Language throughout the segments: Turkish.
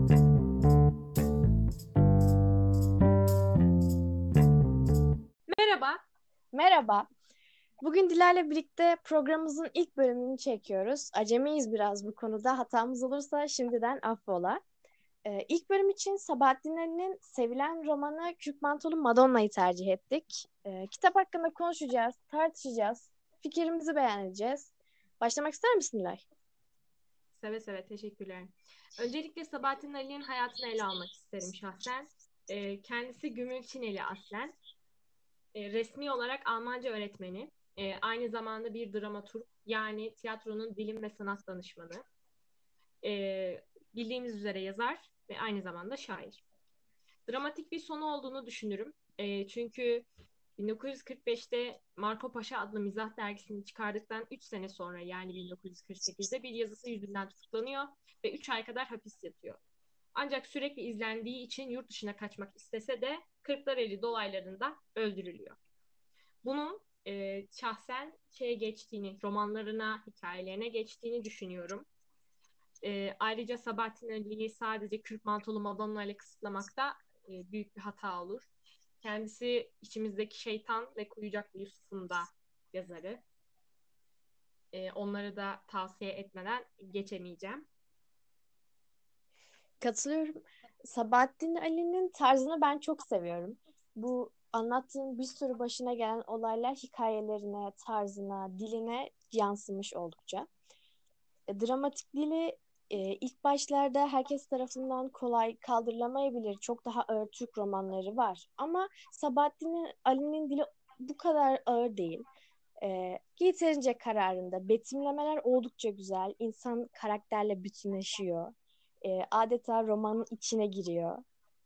Merhaba. Merhaba. Bugün Diler'le birlikte programımızın ilk bölümünü çekiyoruz. Acemiyiz biraz bu konuda. Hatamız olursa şimdiden affola. İlk bölüm için Sabahattin Ali'nin sevilen romanı Kürk Mantolu Madonna'yı tercih ettik. Kitap hakkında konuşacağız, tartışacağız, fikrimizi beyan edeceğiz. Başlamak ister misin Dilay? Seve seve teşekkürler. Öncelikle Sabahattin Ali'nin hayatını ele almak isterim şahsen. Kendisi Gümülçineli aslen. Resmi olarak Almanca öğretmeni. Aynı zamanda bir dramaturg, yani tiyatronun bilim ve sanat danışmanı. Bildiğimiz üzere yazar ve aynı zamanda şair. Dramatik bir sonu olduğunu düşünürüm. Çünkü 1945'te Marco Paşa adlı mizah dergisini çıkardıktan 3 sene sonra, yani 1948'de bir yazısı yüzünden tutuklanıyor ve 3 ay kadar hapis yatıyor. Ancak sürekli izlendiği için yurt dışına kaçmak istese de Kırklareli dolaylarında öldürülüyor. Bunun şahsen romanlarına, hikayelerine geçtiğini düşünüyorum. Ayrıca Sabahattin Ali'yi sadece Kürk Mantolu Madonna ile kısıtlamak da büyük bir hata olur. Kendisi içimizdeki şeytan ve Kuyucaklı Yusuf'un da yazarı. Onları da tavsiye etmeden geçemeyeceğim. Katılıyorum. Sabahattin Ali'nin tarzını ben çok seviyorum. Bu anlattığım bir sürü başına gelen olaylar hikayelerine, tarzına, diline yansımış oldukça. Dramatik dili ilk başlarda herkes tarafından kolay kaldırılamayabilir. Çok daha ağır Türk romanları var. Ama Sabahattin Ali'nin dili bu kadar ağır değil. Yeterince kararında. Betimlemeler oldukça güzel. İnsan karakterle bütünleşiyor. Adeta romanın içine giriyor.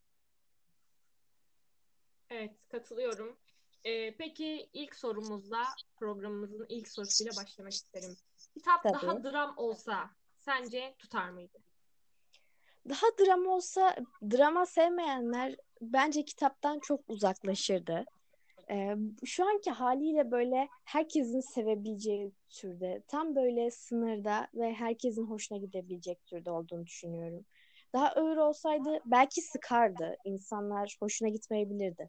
Evet, katılıyorum. Peki ilk sorumuzla, programımızın ilk sorusuyla başlamak isterim. Kitap Tabii. daha dram olsa sence tutar mıydı? Daha drama olsa, drama sevmeyenler bence kitaptan çok uzaklaşırdı. Ee, Şu anki haliyle böyle herkesin sevebileceği türde, tam böyle sınırda ve herkesin hoşuna gidebilecek türde olduğunu düşünüyorum. Daha ağır olsaydı belki sıkardı, insanlar hoşuna gitmeyebilirdi.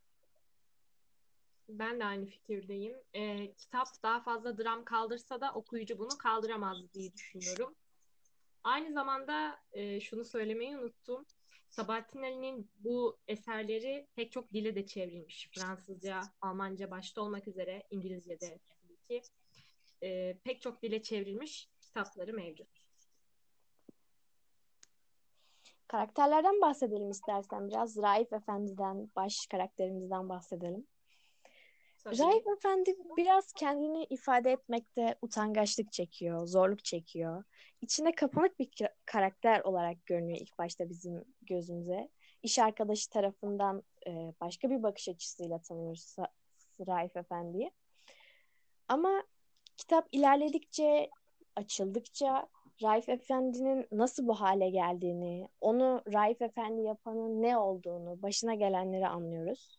Ben de aynı fikirdeyim. Kitap daha fazla dram kaldırsa da okuyucu bunu kaldıramaz diye düşünüyorum. Aynı zamanda şunu söylemeyi unuttum. Sabahattin Ali'nin bu eserleri pek çok dile de çevrilmiş. Fransızca, Almanca başta olmak üzere, İngilizce de tabii ki. Pek çok dile çevrilmiş kitapları mevcut. Karakterlerden bahsedelim istersen biraz. Raif Efendi'den, baş karakterimizden bahsedelim. Tabii. Raif Efendi biraz kendini ifade etmekte utangaçlık çekiyor, zorluk çekiyor. İçine kapanık bir karakter olarak görünüyor ilk başta bizim gözümüze. İş arkadaşı tarafından başka bir bakış açısıyla tanıyoruz Raif Efendi'yi. Ama kitap ilerledikçe, açıldıkça Raif Efendi'nin nasıl bu hale geldiğini, onu Raif Efendi yapanın ne olduğunu, başına gelenleri anlıyoruz.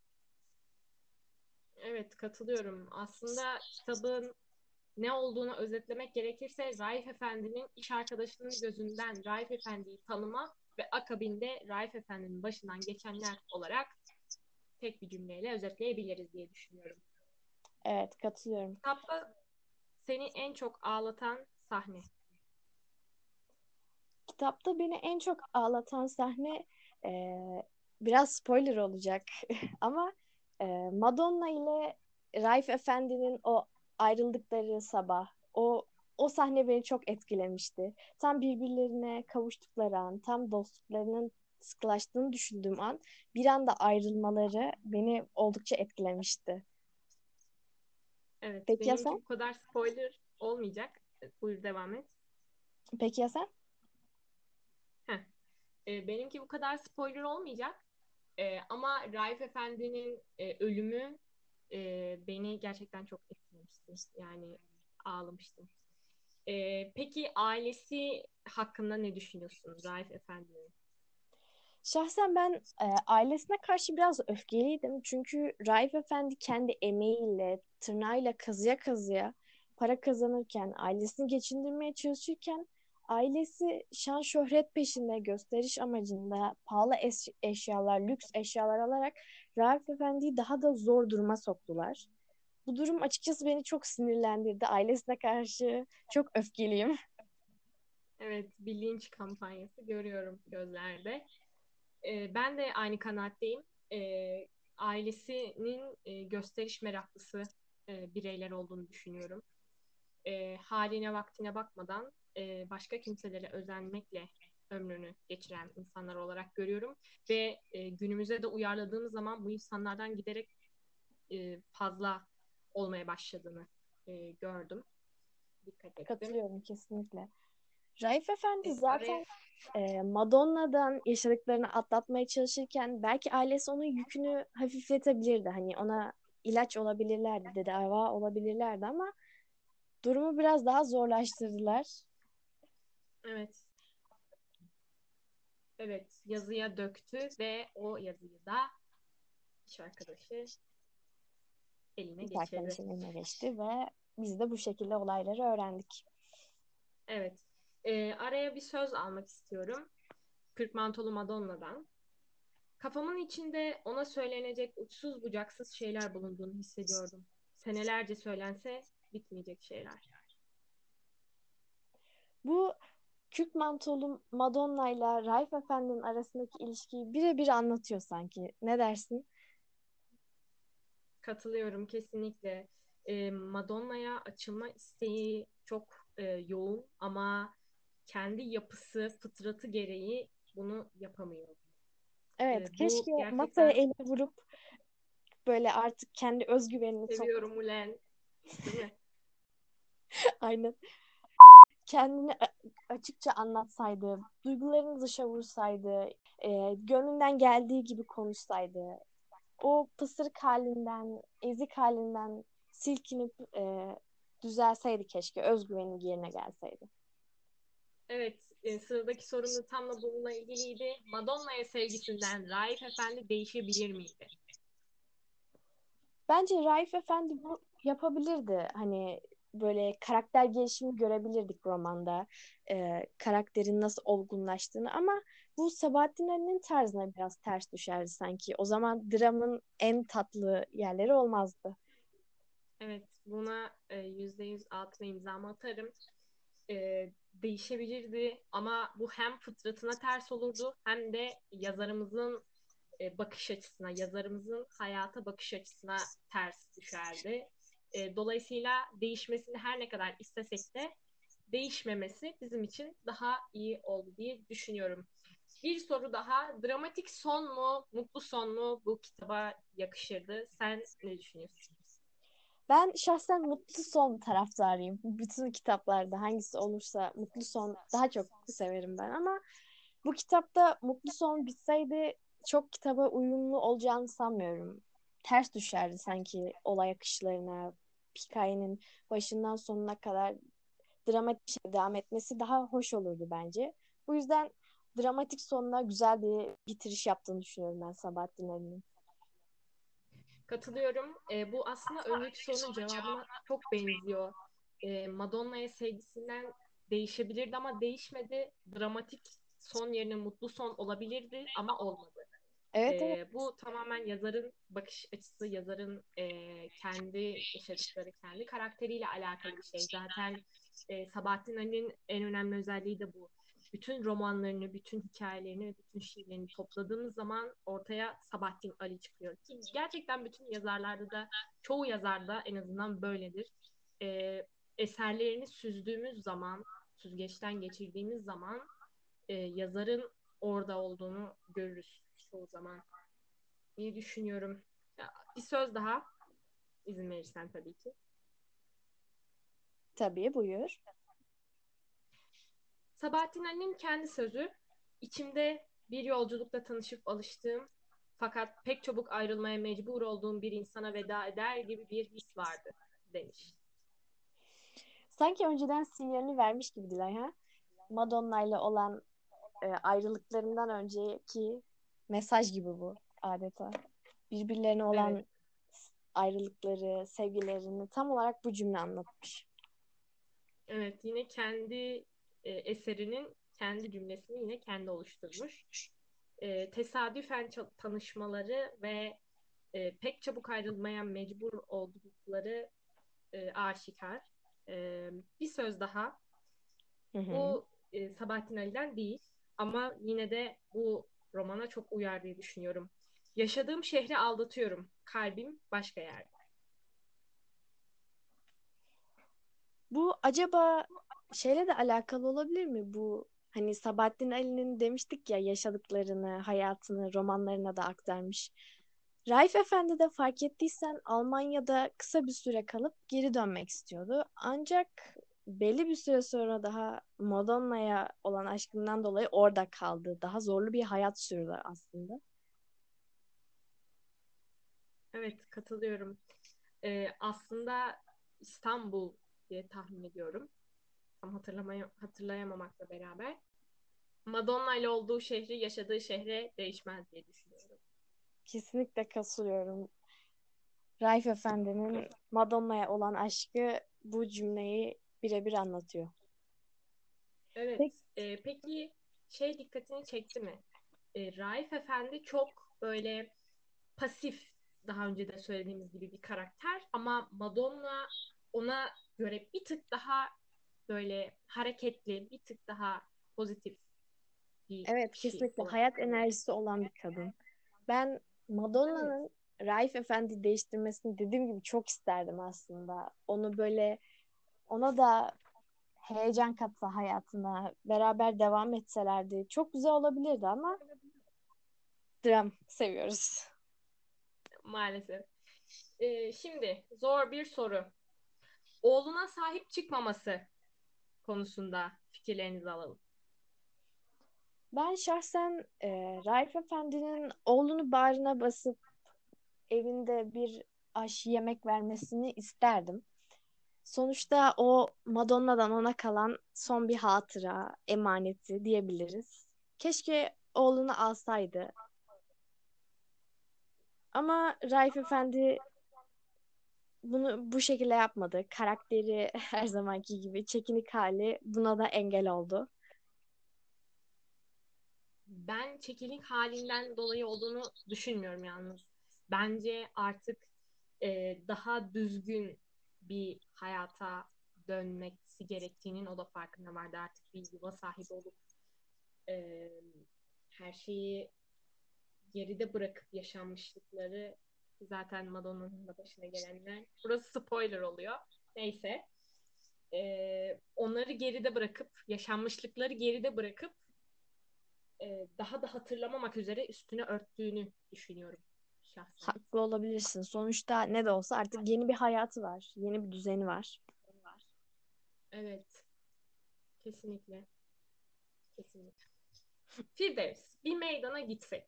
Evet, katılıyorum. Aslında kitabın ne olduğunu özetlemek gerekirse, Raif Efendi'nin iş arkadaşının gözünden Raif Efendi'yi tanıma ve akabinde Raif Efendi'nin başından geçenler olarak tek bir cümleyle özetleyebiliriz diye düşünüyorum. Evet, katılıyorum. Kitapta seni en çok ağlatan sahne. Kitapta beni en çok ağlatan sahne e, biraz spoiler olacak ama Madonna ile Raif Efendi'nin o ayrıldıkları sabah, o sahne beni çok etkilemişti. Tam birbirlerine kavuştukları an, tam dostluklarının sıkılaştığını düşündüğüm an bir anda ayrılmaları beni oldukça etkilemişti. Evet, Peki ya benimki sen? bu kadar spoiler olmayacak. Buyur devam et. Peki ya sen? Heh. Benimki bu kadar spoiler olmayacak. Ama Raif Efendi'nin ölümü beni gerçekten çok etkilemişti. Yani ağlamıştım. Peki ailesi hakkında ne düşünüyorsun Raif Efendi'nin? Şahsen ben ailesine karşı biraz öfkeliydim. Çünkü Raif Efendi kendi emeğiyle, tırnağıyla kazıya kazıya para kazanırken, ailesini geçindirmeye çalışırken Ailesi şan şöhret peşinde, gösteriş amacında pahalı eşyalar, lüks eşyalar alarak Raif Efendi'yi daha da zor duruma soktular. Bu durum açıkçası beni çok sinirlendirdi. Ailesine karşı çok öfkeliyim. Evet, bir linç kampanyası görüyorum gözlerde. Ben de aynı kanaatteyim. Ailesinin gösteriş meraklısı bireyler olduğunu düşünüyorum. Haline vaktine bakmadan başka kimselere özenmekle ömrünü geçiren insanlar olarak görüyorum. Ve günümüze de uyarladığımız zaman bu insanlardan giderek fazla olmaya başladığını gördüm. Dikkat ettim. Katılıyorum kesinlikle. Raif Efendi Araya zaten Madonna'dan yaşadıklarını atlatmaya çalışırken belki ailesi onun yükünü hafifletebilirdi. Hani ona ilaç olabilirlerdi, tedavi olabilirlerdi ama durumu biraz daha zorlaştırdılar. evet, evet, yazıya döktü ve o yazıyı da iş arkadaşı eline İlk geçirdi. arkadaşın eline geçti ve biz de bu şekilde olayları öğrendik. Evet. Araya bir söz almak istiyorum. Kırk Mantolu Madonna'dan. Kafamın içinde ona söylenecek uçsuz bucaksız şeyler bulunduğunu hissediyordum. Senelerce söylense bitmeyecek şeyler. Bu Kürk mantolu Madonna ile Raif Efendi'nin arasındaki ilişkiyi birebir anlatıyor sanki. Ne dersin? Katılıyorum kesinlikle. Madonna'ya açılma isteği çok yoğun ama kendi yapısı, fıtratı gereği bunu yapamıyor. Evet, Bu keşke masaya gerçekten elini vurup böyle artık kendi özgüvenini seviyorum toplasın. ulen, değil mi? Aynen. Kendini açıkça anlatsaydı, duygularını dışa vursaydı, gönlünden geldiği gibi konuşsaydı, o pısırık halinden, ezik halinden silkinip düzelseydi keşke, özgüveni yerine gelseydi. Evet, sıradaki sorum da tam da bununla ilgiliydi. Madonna'ya sevgisinden Raif Efendi değişebilir miydi? Bence Raif Efendi bu yapabilirdi. Hani böyle karakter gelişimi görebilirdik romanda. Karakterin nasıl olgunlaştığını ama bu Sabahattin Ali'nin tarzına biraz ters düşerdi sanki. O zaman dramın en tatlı yerleri olmazdı. Evet, buna %100 altına imzamı atarım. Değişebilirdi ama bu hem fıtratına ters olurdu hem de yazarımızın bakış açısına, yazarımızın hayata bakış açısına ters düşerdi. Dolayısıyla değişmesini her ne kadar istesek de değişmemesi bizim için daha iyi oldu diye düşünüyorum. Bir soru daha. Dramatik son mu, mutlu son mu bu kitaba yakışırdı? Sen ne düşünüyorsun? Ben şahsen mutlu son taraftarıyım. Bütün kitaplarda hangisi olursa mutlu son daha çok severim ben ama bu kitapta mutlu son bitseydi çok kitaba uyumlu olacağını sanmıyorum. Ters düşerdi sanki olay akışlarına, hikayenin başından sonuna kadar dramatik şekilde devam etmesi daha hoş olurdu bence. Bu yüzden dramatik sonuna güzel bir bitiriş yaptığını düşünüyorum ben Sabahattin Ali'nin. Katılıyorum. Bu aslında önceki sorunun cevabına çok benziyor. Madonna'ya sevgisinden değişebilirdi ama değişmedi. Dramatik son yerine mutlu son olabilirdi ama olmadı. Evet, evet. Bu tamamen yazarın bakış açısı, yazarın kendi yaşadıkları, kendi karakteriyle alakalı bir şey. Zaten Sabahattin Ali'nin en önemli özelliği de bu. Bütün romanlarını, bütün hikayelerini ve bütün şiirlerini topladığımız zaman ortaya Sabahattin Ali çıkıyor. Ki gerçekten bütün yazarlarda da, çoğu yazarda en azından böyledir. Eserlerini süzdüğümüz zaman, süzgeçten geçirdiğimiz zaman yazarın orada olduğunu görürüz çoğu zaman diye düşünüyorum. Ya, bir söz daha izin verirsen tabii ki. Tabii buyur. Sabahattin Ali'nin kendi sözü, içimde bir yolculukta tanışıp alıştığım fakat pek çabuk ayrılmaya mecbur olduğum bir insana veda eder gibi bir his vardı demiş. Sanki önceden sinyalini vermiş gibiydiler ha. Madonna ile olan ayrılıklarından önceki mesaj gibi bu adeta. Birbirlerine Evet, olan ayrılıkları, sevgilerini tam olarak bu cümle anlatmış. evet yine kendi eserinin kendi cümlesini yine kendi oluşturmuş. Tesadüfen tanışmaları ve pek çabuk ayrılmaya mecbur oldukları aşikar. Bir söz daha. Hı hı. Bu Sabahattin Ali'den değil ama yine de bu romana çok uyar diye düşünüyorum. Yaşadığım şehri aldatıyorum. Kalbim başka yerde. Bu acaba şeyle de alakalı olabilir mi? Bu hani Sabahattin Ali'nin demiştik ya yaşadıklarını, hayatını romanlarına da aktarmış. Raif Efendi de fark ettiysen Almanya'da kısa bir süre kalıp geri dönmek istiyordu. Ancak belli bir süre sonra daha Madonna'ya olan aşkından dolayı orada kaldı. Daha zorlu bir hayat sürdü aslında. Evet, katılıyorum. Aslında İstanbul diye tahmin ediyorum. Tam hatırlayamamakla beraber. Madonna ile olduğu şehri yaşadığı şehre değişmez diye düşünüyorum. Kesinlikle katılıyorum. Raif Efendi'nin Madonna'ya olan aşkı bu cümleyi birebir anlatıyor. Evet. Peki, Peki şey dikkatini çekti mi? Raif Efendi çok böyle pasif, daha önce de söylediğimiz gibi bir karakter ama Madonna ona göre bir tık daha böyle hareketli, bir tık daha pozitif bir evet, kişi kesinlikle olarak hayat görüyorum. enerjisi olan bir kadın. Ben Evet. Madonna'nın Raif Efendi değiştirmesini dediğim gibi çok isterdim aslında. Onu böyle ona da heyecan katsa hayatına beraber devam etselerdi çok güzel olabilirdi ama dram seviyoruz. Maalesef. Şimdi zor bir soru. Oğluna sahip çıkmaması konusunda fikirlerinizi alalım. Ben şahsen Raif Efendi'nin oğlunu bağrına basıp evinde bir aş yemek vermesini isterdim. Sonuçta o Madonna'dan ona kalan son bir hatıra, emaneti diyebiliriz. Keşke oğlunu alsaydı. Ama Raif Efendi bunu bu şekilde yapmadı. Karakteri her zamanki gibi çekinik hali buna da engel oldu. Ben çekinik halinden dolayı olduğunu düşünmüyorum yalnız. Bence artık daha düzgün bir hayata dönmesi gerektiğinin o da farkında vardı. Artık bir yuva sahibi olup e, her şeyi geride bırakıp yaşanmışlıkları, zaten Madonna'nın da başına gelenler. Burası spoiler oluyor. Neyse. Onları geride bırakıp, yaşanmışlıkları geride bırakıp daha da hatırlamamak üzere üstüne örttüğünü düşünüyorum şahsen. Haklı olabilirsin. Sonuçta ne de olsa artık yeni bir hayatı var. Yeni bir düzeni var. Evet, kesinlikle. Kesinlikle. Firdevs, bir meydana gitsek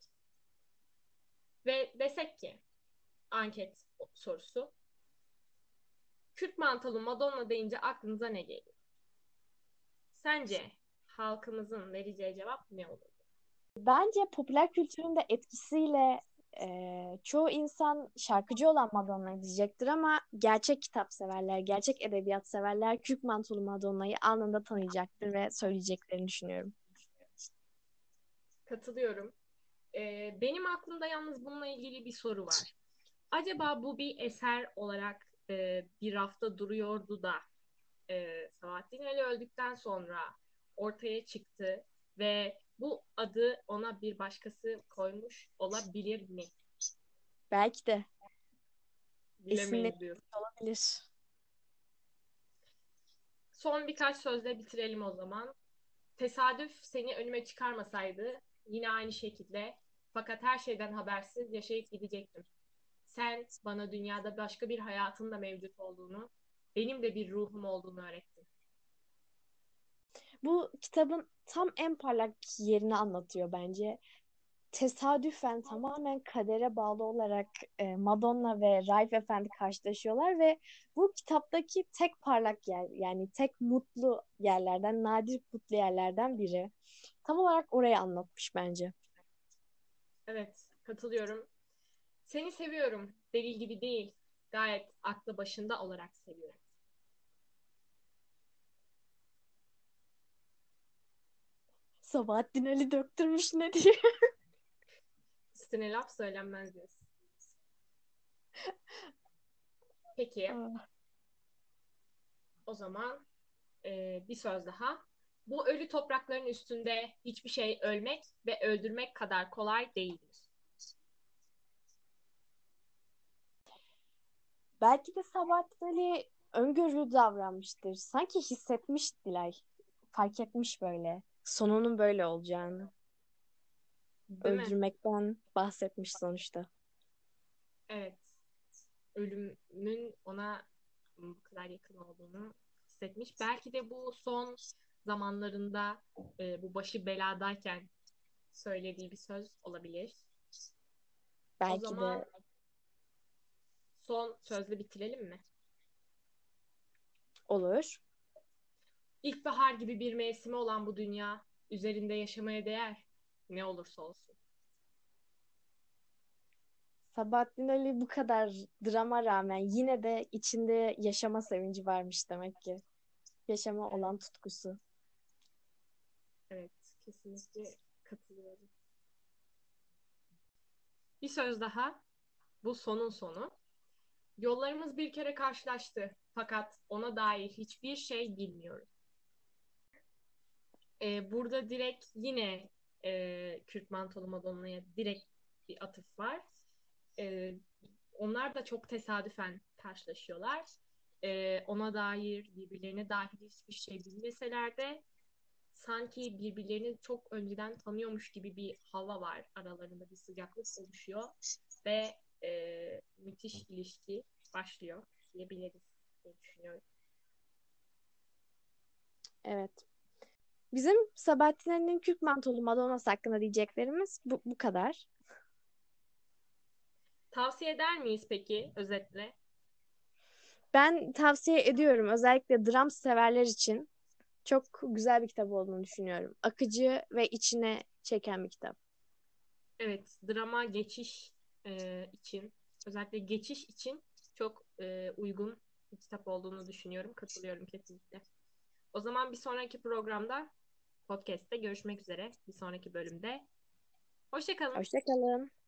ve desek ki, anket sorusu, Kürt mantolu Madonna deyince aklınıza ne geliyor? Sence halkımızın vereceği cevap ne olur? Bence popüler kültürün de etkisiyle çoğu insan şarkıcı olan Madonna'yı diyecektir ama gerçek kitap severler, gerçek edebiyat severler Kürk Mantolu Madonna'yı anında tanıyacaktır ve söyleyeceklerini düşünüyorum. Katılıyorum. Benim aklımda yalnız bununla ilgili bir soru var. Acaba bu bir eser olarak bir rafta duruyordu da Sabahattin Ali öldükten sonra ortaya çıktı ve bu adı ona bir başkası koymuş olabilir mi? Belki de Bilemeyiz esinlenmiş diyorsun. olabilir. Son birkaç sözle bitirelim o zaman. Tesadüf seni önüme çıkarmasaydı yine aynı şekilde, fakat her şeyden habersiz yaşayıp gidecektim. Sen bana dünyada başka bir hayatın da mevcut olduğunu, benim de bir ruhum olduğunu öğrettin. Bu kitabın tam en parlak yerini anlatıyor bence. Tesadüfen tamamen kadere bağlı olarak Madonna ve Raif Efendi karşılaşıyorlar ve bu kitaptaki tek parlak yer yani tek mutlu yerlerden, nadir mutlu yerlerden biri. Tam olarak orayı anlatmış bence. Evet, katılıyorum. Seni seviyorum. Deli gibi değil. Gayet aklı başında olarak seviyorum. Sabahattin Ali döktürmüş ne diyor? Üstüne laf söylenmez diyorsun. Peki Aa, o zaman bir söz daha. Bu ölü toprakların üstünde hiçbir şey ölmek ve öldürmek kadar kolay değildir. belki de Sabahattin Ali öngörülü davranmıştır. Sanki hissetmiş Dilay. Fark etmiş böyle. Sonunun böyle olacağını. Değil mi? Öldürmekten bahsetmiş sonuçta. Evet. Ölümün ona bu kadar yakın olduğunu hissetmiş. Belki de bu son zamanlarında bu başı beladayken söylediği bir söz olabilir. O Belki zaman de son sözle bitirelim mi? olur. İlkbahar gibi bir mevsimi olan bu dünya üzerinde yaşamaya değer. Ne olursa olsun. Sabahattin Ali bu kadar drama rağmen yine de içinde yaşama sevinci varmış demek ki. Yaşama Evet, olan tutkusu. evet, kesinlikle katılıyorum. Bir söz daha. Bu sonun sonu. Yollarımız bir kere karşılaştı. Fakat ona dair hiçbir şey bilmiyorum. Burada direkt yine Kürt Mantolu Madonna'ya direkt bir atıf var. E, Onlar da çok tesadüfen karşılaşıyorlar. Ona dair birbirlerine dair hiçbir şey bilmeseler de sanki birbirlerini çok önceden tanıyormuş gibi bir hava var. Aralarında bir sıcaklık oluşuyor ve müthiş ilişki başlıyor diyebiliriz diye düşünüyorum. Evet. Bizim Sabahattin Ali'nin Kürk Mantolu Madonna'sı hakkında diyeceklerimiz bu kadar. Tavsiye eder miyiz peki özetle? Ben tavsiye ediyorum. Özellikle dram severler için çok güzel bir kitap olduğunu düşünüyorum. Akıcı ve içine çeken bir kitap. Evet, drama geçiş için, özellikle geçiş için çok uygun bir kitap olduğunu düşünüyorum. Katılıyorum kesinlikle. O zaman bir sonraki programda, podcast'te görüşmek üzere. Bir sonraki bölümde. Hoşça kalın. Hoşça kalın.